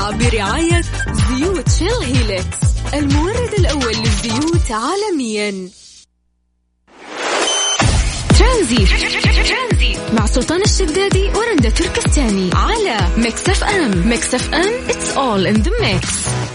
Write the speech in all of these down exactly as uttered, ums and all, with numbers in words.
الساعة برعاية زيوت شيل هيلكس، المورد الأول للزيوت عالميا. ترانزيت مع سلطان الشدادي ورندا تركستاني على ميكس اف ام. ميكس اف ام it's all in the mix.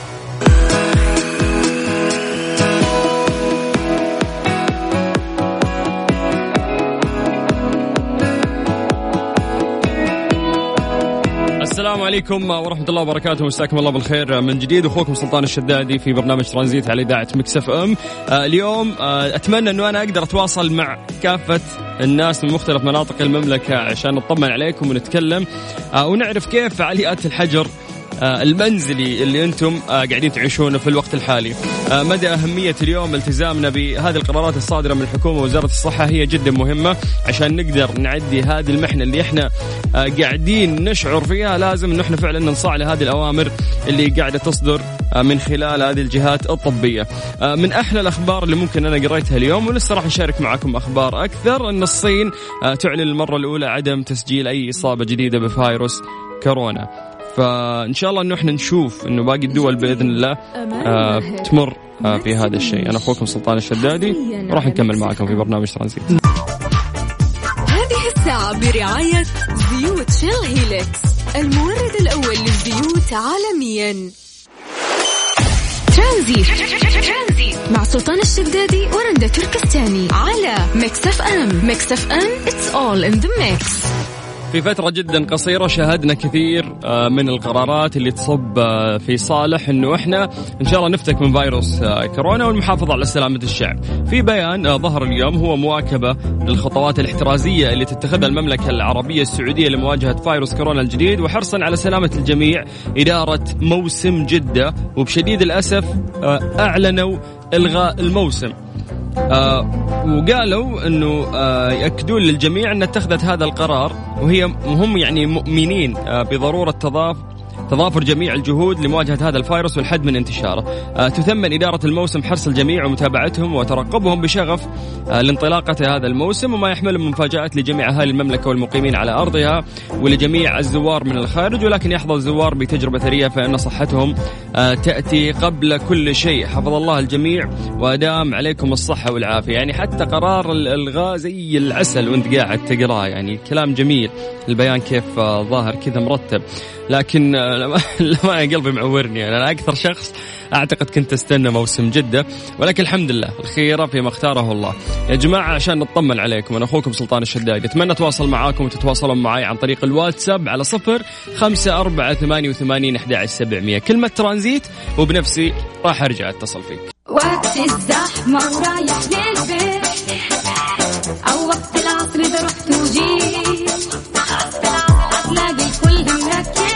السلام عليكم ورحمة الله وبركاته، مساكم الله بالخير من جديد. أخوكم سلطان الشدادي في برنامج ترانزيت على إذاعة ميكس اف ام. آه اليوم آه أتمنى أنه أنا أقدر أتواصل مع كافة الناس من مختلف مناطق المملكة عشان نطمن عليكم ونتكلم آه ونعرف كيف فعاليات الحجر آه المنزلي اللي أنتم آه قاعدين تعيشونه في الوقت الحالي. آه مدى أهمية اليوم التزامنا بهذه القرارات الصادرة من الحكومة ووزارة الصحة هي جدا مهمة عشان نقدر نعدي هذه المحنة اللي احنا آه قاعدين نشعر فيها. لازم انه احنا فعلا ننصاع لهذه الأوامر اللي قاعدة تصدر آه من خلال هذه الجهات الطبية. آه من أحلى الأخبار اللي ممكن أنا قريتها اليوم ولسه راح نشارك معكم أخبار أكثر، أن الصين آه تعلن المرة الأولى عدم تسجيل أي إصابة جديدة بفيروس كورونا. فإن شاء الله أنه إحنا نشوف أنه باقي الدول بإذن الله آه تمر آه في هذا الشيء. أنا أخوكم سلطان الشدادي وراح نكمل معكم في برنامج ترانزيت. هذه الساعة برعاية زيوت شيل هيلكس، المورد الأول للزيوت عالميا. ترانزيت مع سلطان الشدادي ورندا تركستاني على ميكس اف ام. ميكس اف ام it's all in the mix. في فترة جدا قصيرة شاهدنا كثير من القرارات اللي تصب في صالح انه احنا ان شاء الله نفتك من فيروس كورونا والمحافظة على سلامة الشعب. في بيان ظهر اليوم هو مواكبة للخطوات الاحترازية اللي تتخذها المملكة العربية السعودية لمواجهة فيروس كورونا الجديد وحرصا على سلامة الجميع. إدارة موسم جدة وبشديد الأسف أعلنوا إلغاء الموسم. آه وقالوا أنه آه يأكدون للجميع أن اتخذت هذا القرار وهي هم يعني مؤمنين آه بضرورة تضاف تضافر جميع الجهود لمواجهة هذا الفيروس والحد من انتشاره. آه تثمن إدارة الموسم حرص الجميع ومتابعتهم وترقبهم بشغف آه لانطلاقة هذا الموسم وما يحمل من مفاجآت لجميع أهالي المملكة والمقيمين على أرضها ولجميع الزوار من الخارج. ولكن يحظى الزوار بتجربة ثرية فإن صحتهم آه تأتي قبل كل شيء. حفظ الله الجميع وأدام عليكم الصحة والعافية. يعني حتى قرار الإلغاء زي العسل وانت قاعد تقراه، يعني كلام جميل. البيان كيف آه ظاهر كذا مرتب، لكن لما قلبي معورني. أنا أكثر شخص أعتقد كنت أستنى موسم جدة، ولكن الحمد لله الخيرة فيما اختاره الله. يا جماعة عشان نطمن عليكم أنا أخوكم سلطان الشدادي أتمنى أتواصل معاكم وتتواصلون معي عن طريق الواتساب على صفر خمسة أربعة ثمانية وثمانين أحد عشر سبعمية كلمة ترانزيت وبنفسي راح أرجع أتصل فيك. وقت الزحمة ورايح للبيت أو وقت العصر إذا رحت وجيت أتلاقي الكل مركز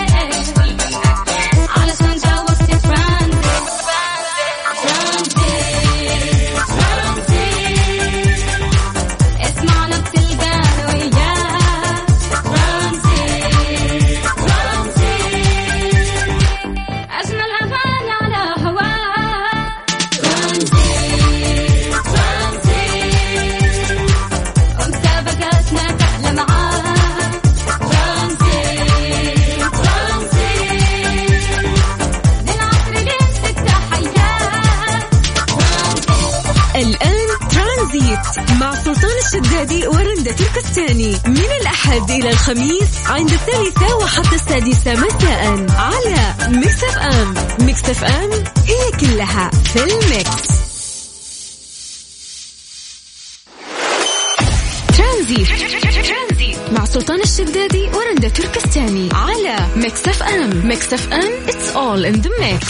علشان جاوبت ترانزيت. ترانزيت ترانزيت اسمعنا بتلقانا وياك. ترانزيت ترانزيت أجمل أغاني على هواك. ترانزيت ترانزيت ومسابقاتنا تعلى معاك. الآن ترانزيت مع سلطان الشدادي ورندا تركستاني من الأحد إلى الخميس عند الثالثة وحتى السادسة مساء على ميكس اف ام. ميكس اف ام هي كلها في الميكس. ترانزيت مع سلطان الشدادي ورندا تركستاني على ميكس اف ام. ميكس اف ام it's all in the mix.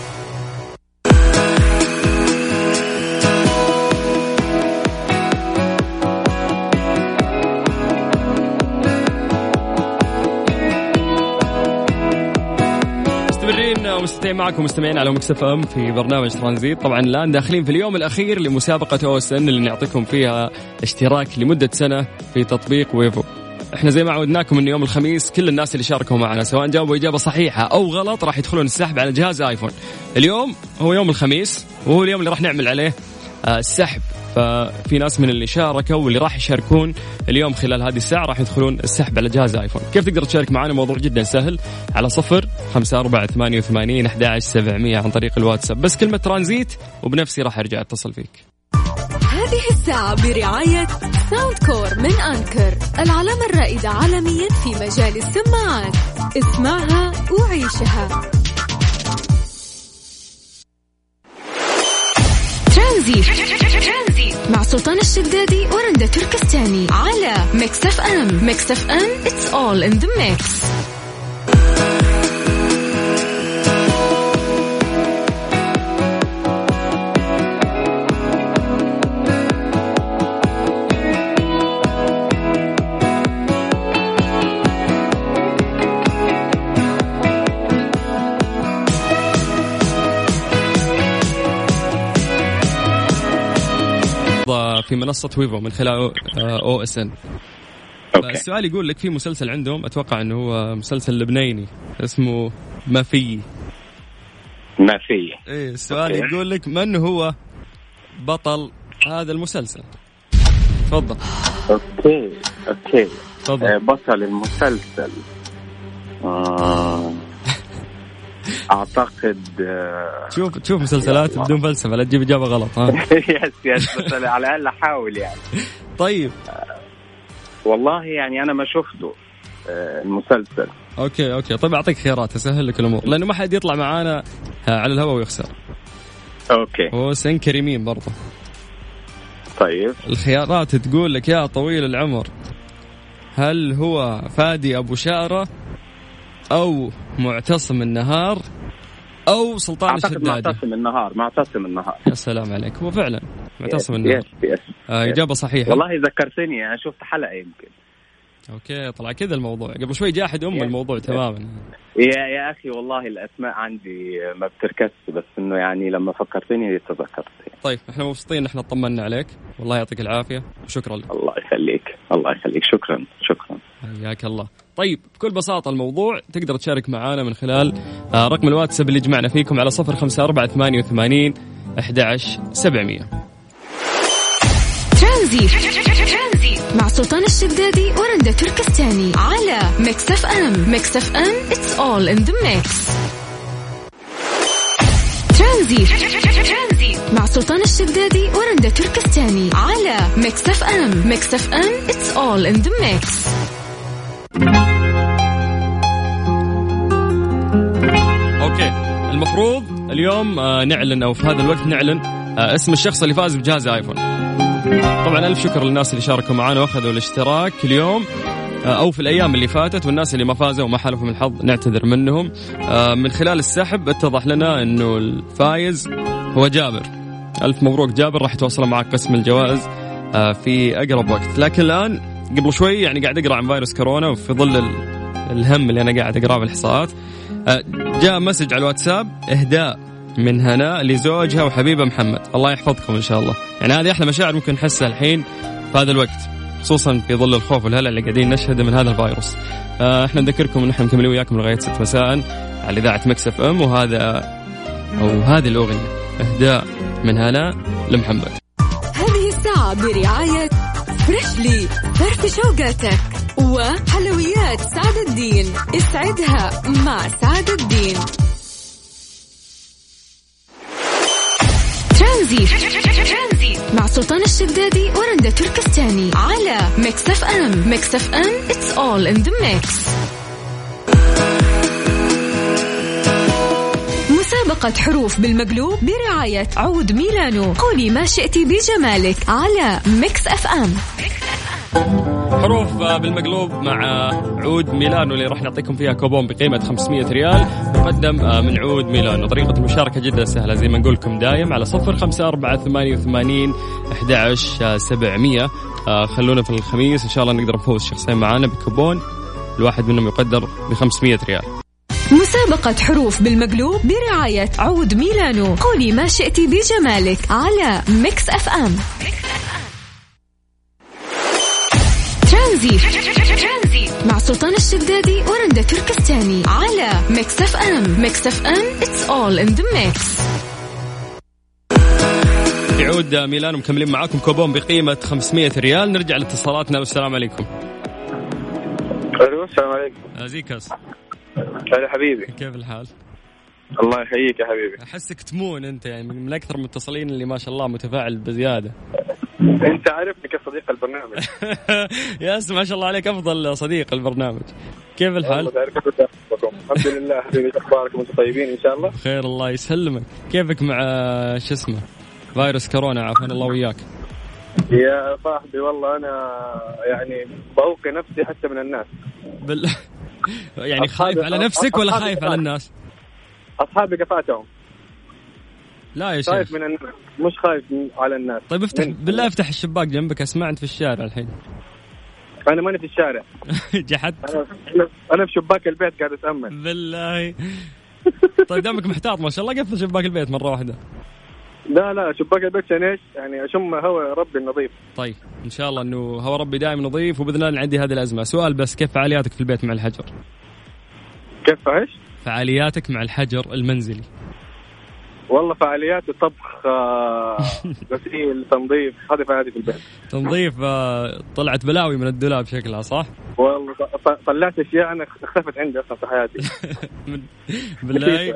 مستمعين معكم مستمعين على ميكس اف ام في برنامج ترانزيت. طبعا الآن داخلين في اليوم الأخير لمسابقة او اس ان اللي نعطيكم فيها اشتراك لمدة سنة في تطبيق ويفو. احنا زي ما عودناكم ان يوم الخميس كل الناس اللي شاركوا معنا سواء جاوبوا إجابة صحيحة أو غلط راح يدخلون السحب على جهاز آيفون. اليوم هو يوم الخميس وهو اليوم اللي راح نعمل عليه السحب. ففي ناس من اللي شاركوا واللي راح يشاركون اليوم خلال هذه الساعة راح يدخلون السحب على جهاز آيفون. كيف تقدر تشارك معنا؟ موضوع جدا سهل، على صفر خمسة أربعة ثمانية وثمانين أحد عشر سبعمية عن طريق الواتساب، بس كلمة ترانزيت وبنفسي راح أرجع أتصل فيك. هذه الساعة برعاية ساوند كور من أنكر، العلامة الرائدة عالميا في مجال السماعات. اسمعها وعيشها. ترانزيت مع سلطان الشدادي ورندا تركستاني على ميكس اف ام. ميكس اف ام it's all in the mix. في منصة ويفو من خلال او اس ان. السؤال يقول لك في مسلسل عندهم اتوقع انه هو مسلسل لبناني اسمه ما في ما في ايه السؤال أوكي. يقول لك من هو بطل هذا المسلسل؟ تفضل. اوكي اوكي تفضل. آه بطل المسلسل آه اعتقد آه شوف تشوف مسلسلات بدون فلسفه، لا تجيب اجابه غلط. ها يس يس بس على الاقل احاول يعني. طيب آه والله يعني انا ما شفته آه المسلسل. اوكي اوكي طيب اعطيك خيارات اسهل لك الامور لانه ما حد يطلع معانا على الهواء ويخسر. اوكي هو سن كريمين برضه. طيب الخيارات تقول لك يا طويل العمر، هل هو فادي ابو شارة او معتصم النهار او سلطان الشدادي؟ معتصم النهار. معتصم النهار. يا سلام عليك، هو فعلا معتصم النهار. يس يس آه إجابة صحيحة. والله ذكرتني أنا شفت حلقة يمكن. أوكي طلع كذا الموضوع قبل شوي جاحد أم الموضوع تماما. يا يا أخي والله الأسماء عندي ما بتركز، بس إنه يعني لما فكرتني تذكرت. طيب إحنا مبسوطين إحنا طمنا عليك، والله يعطيك العافية وشكرا لك. الله يخليك الله يخليك شكرا شكرا. حياك الله. طيب بكل بساطة الموضوع تقدر تشارك معنا من خلال آه رقم الواتساب اللي جمعنا فيكم على صفر خمسة أربعة ثمانية وثمانين أحد عشر سبعمية. ترانزيت مع سلطان الشدادي ورندا تركستاني على ميكس اف ام. ميكس اف ام it's all in the mix. ترانزيت مع سلطان الشدادي ورندا تركستاني على ميكس اف ام. ميكس اف ام it's all in the mix. اوكي المفروض اليوم آه نعلن او في هذا الوقت نعلن آه اسم الشخص اللي فاز بجهاز ايفون. طبعا ألف شكر للناس اللي شاركوا معنا واخذوا الاشتراك اليوم أو في الأيام اللي فاتت، والناس اللي ما فازوا وما حالفوا من الحظ نعتذر منهم. من خلال السحب اتضح لنا أنه الفايز هو جابر. ألف مبروك جابر، راح يتواصل معك قسم الجوائز في أقرب وقت. لكن الآن قبل شوي يعني قاعد أقرأ عن فيروس كورونا، وفي ظل الهم اللي أنا قاعد أقرأ بالإحصاءات جاء مسج على الواتساب إهداء من هناء لزوجها وحبيبه محمد. الله يحفظكم إن شاء الله. يعني هذه أحلى مشاعر ممكن نحسها الحين في هذا الوقت، خصوصا في ظل الخوف والهلع اللي قاعدين نشهده من هذا الفيروس. آه احنا نذكركم ان احنا مكملين وياكم لغايه ستة مساء على اذاعه ميكس اف ام، وهذا او هذه الاغنيه اهداء من هناء لمحمد. هذه الساعه برعايه فريشلي فرف شوقاتك وحلويات سعد الدين، اسعدها مع سعد الدين. ترانزيت مع سلطان الشدادي ورندا تركستاني على ميكس اف ام. ميكس اف ام it's all in the mix. مسابقة حروف بالمقلوب برعاية عود ميلانو، قولي ما شئتي بجمالك على ميكس اف ام. حروف بالمقلوب مع عود ميلانو اللي راح نعطيكم فيها كوبون بقيمة خمسمية ريال مقدم من عود ميلانو. طريقة المشاركة جدا سهلة زي ما نقول لكم دايم على صفر خمسة أربعة ثمانية وثمانين أحد عشر سبعمية. خلونا في الخميس إن شاء الله نقدر نفوز شخصين معانا بكوبون، الواحد منهم يقدر بخمسمية ريال. مسابقة حروف بالمقلوب برعاية عود ميلانو، قولي ما شئتي بجمالك على ميكس اف ام. ترانزيت مع سلطان الشدادي ورندا تركستاني على ميكس اف ام. ميكس اف ام it's all in the mix. في عود ميلان ومكملين معاكم كوبون بقيمة خمسمية ريال. نرجع لاتصالاتنا. والسلام عليكم. الو السلام عليكم. ازيكس. هلا حبيبي، كيف الحال؟ الله يحييك يا حبيبي. احسك تمون انت، يعني من اكثر المتصلين اللي ما شاء الله متفاعل بزياده. انت عارفني كصديق البرنامج. يا اسم ما شاء الله عليك، افضل صديق البرنامج. كيف الحال؟ الحمد لله حبيبي، اخباركم انتم طيبين ان شاء الله؟ خير الله يسلمك. كيفك مع شو اسمه فيروس كورونا عافانا الله وياك؟ يا صاحبي والله انا يعني بوقي نفسي حتى من الناس. بال... يعني خايف على نفسك ولا خايف على الناس؟ اصحابي قفاتهم. لا يا شيخ، خايف من الناس مش خايف على الناس. طيب افتح بالله، افتح الشباك جنبك، اسمع انت في الشارع الحين. انا ماني في الشارع. جحد. انا انا في شباك البيت قاعد اتامل بالله. طيب دامك محتاط ما شاء الله، قفل شباك البيت مره واحده. لا لا شباك البيت عشان ايش؟ يعني اشم هواء ربي النظيف. طيب ان شاء الله انه هواء ربي دائما نظيف، وباذن الله عندي هذه الازمه. سؤال بس، كيف فعالياتك في البيت مع الحجر؟ كيف ايش؟ فعالياتك مع الحجر المنزلي. والله فعاليات الطبخ، غسيل، تنظيف، هذه فعالياتي في البيت. تنظيف. طلعت بلاوي من الدولاب شكلها صح؟ والله طلعت اشياء انا اختفت عندي اصلا في حياتي. بالله.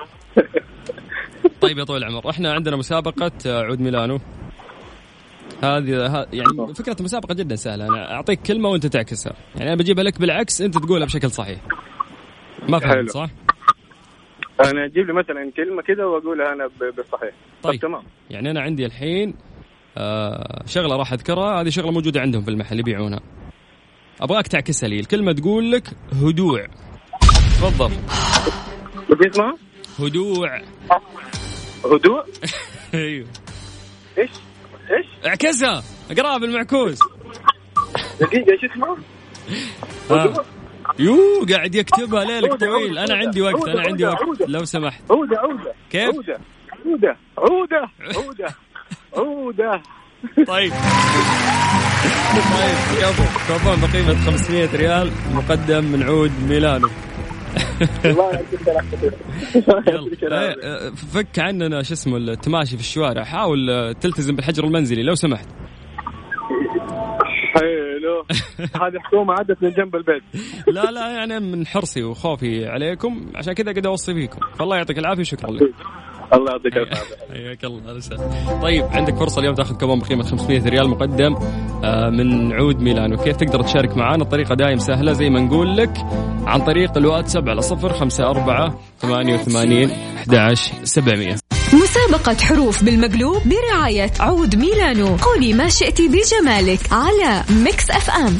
طيب يا طويل العمر، احنا عندنا مسابقة عود ميلانو. هذه يعني فكرة المسابقة جدا سهلة. انا اعطيك كلمة وانت تعكسها، يعني انا بجيبها لك بالعكس انت تقولها بشكل صحيح. ما فهمت صح؟ انا اجيب لي مثلا كلمة كده واقولها انا بالصحيح. طيب تمام. يعني انا عندي الحين آه شغلة راح اذكرها، هذه شغلة موجودة عندهم في المحل يبيعونها، ابغاك تعكسها لي. الكلمة تقول لك هدوع. تفضل. بدي اسمها هدوع. هدوء. ايوه. ايش ايش اعكسها، اقراها بالمعكوس. دقيقة ايش اسمها؟ هدوء. يو قاعد يكتبها ليلك طويل. انا عندي وقت، انا عندي وقت لو سمحت. عودة عودة. كيف؟ عودة عودة عودة عودة عودة. طيب طيب يابا، كوبون بقيمة خمسمية ريال مقدم من عود ميلانو. فك عننا شو اسمه التماشي في الشوارع، حاول تلتزم بالحجر المنزلي لو سمحت. حلو. هذه حكومة عدت من جنب البيت. لا لا يعني من حرصي وخوفي عليكم عشان كذا قد أوصي فيكم. فالله يعطيك العافية، شكرا لك. الله يعطيك العافية. حياك الله. طيب عندك فرصة اليوم تاخذ كوبون بقيمة خمسمية ريال مقدم من عود ميلانو. كيف تقدر تشارك معنا؟ الطريقة دايم سهلة زي ما نقول لك، عن طريق الواتساب على صفر خمسة أربعة ثمانية وثمانين أحد عشر سبعمية. مسابقة حروف بالمقلوب برعاية عود ميلانو. قولي ما شئتي بجمالك على ميكس اف ام.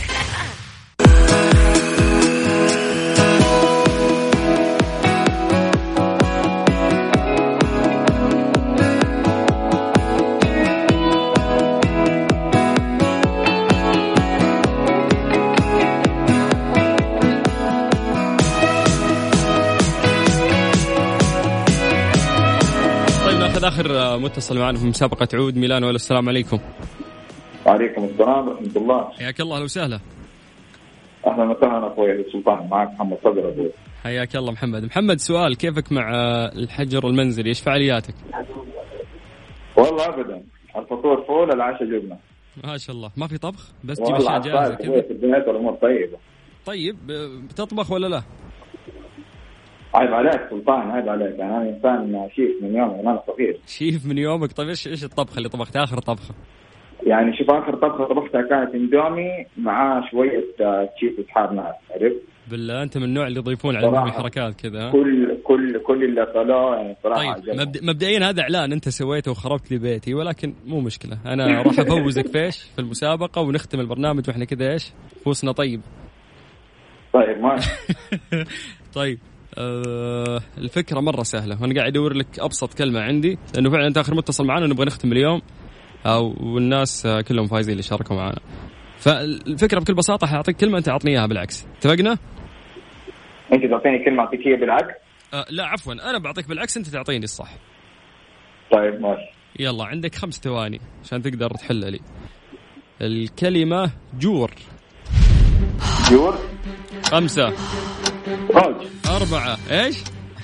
آخر متصل معنا في مسابقة عود ميلانو. السلام عليكم. وعليكم السلام ورحمة الله. حياك الله. لو سهلة. أهلا وسهلا أخوي سلطان، معك محمد صدر أبوي. حياك الله محمد. محمد سؤال، كيفك مع الحجر المنزلي؟ إيش فعالياتك؟ والله أبدا، الفطور فول، العشاء جبنة. ما شاء الله. ما في طبخ؟ بس تجيب أشياء جاهزة كذا؟ في البيت والأمور طيبة. طيب بتطبخ ولا لا؟ عيب عليك سلطان، عيب عليك. أنا إنسان شيف من يومي وأنا صغير. شيف من يومك؟ طيب إيش إيش الطبخة اللي طبختها آخر طبخة؟ يعني شوف آخر طبخة طبختها كانت اندومي مع شوية تشيز حار نار، عرفت؟ بالله أنت من النوع اللي يضيفون على اندومي حركات كذا. كل كل كل اللي طلعوا يعني صراحة. طيب مبد... مبدئيا هذا إعلان أنت سويته وخربت لي بيتي، ولكن مو مشكلة، أنا راح أفوزك فيش في المسابقة ونختم البرنامج وإحنا كذا إيش فوسنا. طيب طيب ماشي. طيب أه الفكرة مرة سهلة، وأنا قاعد أدور لك أبسط كلمة عندي، لأنه فعلا أنت آخر متصل معنا ونبغى نختم اليوم، أو والناس كلهم فايزين اللي شاركوا معنا. فالفكرة بكل بساطة حأعطيك كلمة أنت أعطني إياها بالعكس. اتفقنا؟ أنت تعطيني كلمة أعطيك إياها بالعكس؟ أه لا عفوا، أنا بعطيك بالعكس أنت تعطيني الصح. طيب ماشي. يلا عندك خمس ثواني عشان تقدر تحل لي الكلمة. جور. جور. خمسة. روج. أربعة. إيش؟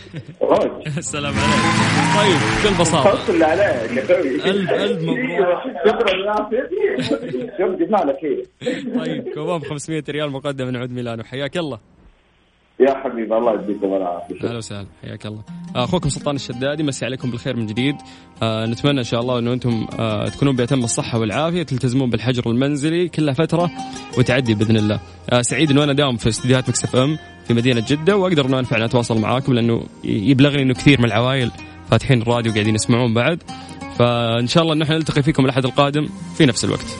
السلام عليكم. طيب بكل بساطة خلص اللي عليك يا اخوي. ألف ألف مبروك. شكرا يا شوف جبنا لك ايه. طيب كوباب خمسمية ريال مقدم من عود ميلانو. حياك الله يا حبيبي الله يديكم العافيه. اهلا وسهلا حياك الله. اخوكم سلطان الشدادي مسي عليكم بالخير من جديد. آه نتمنى ان شاء الله انه انتم آه تكونون بأتم الصحه والعافيه تلتزمون بالحجر المنزلي كلها فتره وتعدي باذن الله. آه سعيد انه انا داوم في استديوهات مكس اف ام في مدينه جده واقدر انه انفع اتواصل معاكم لانه يبلغني انه كثير من العوائل فاتحين الراديو وقاعدين يسمعون بعد. فان شاء الله ان احنا نلتقي فيكم الاحد القادم في نفس الوقت.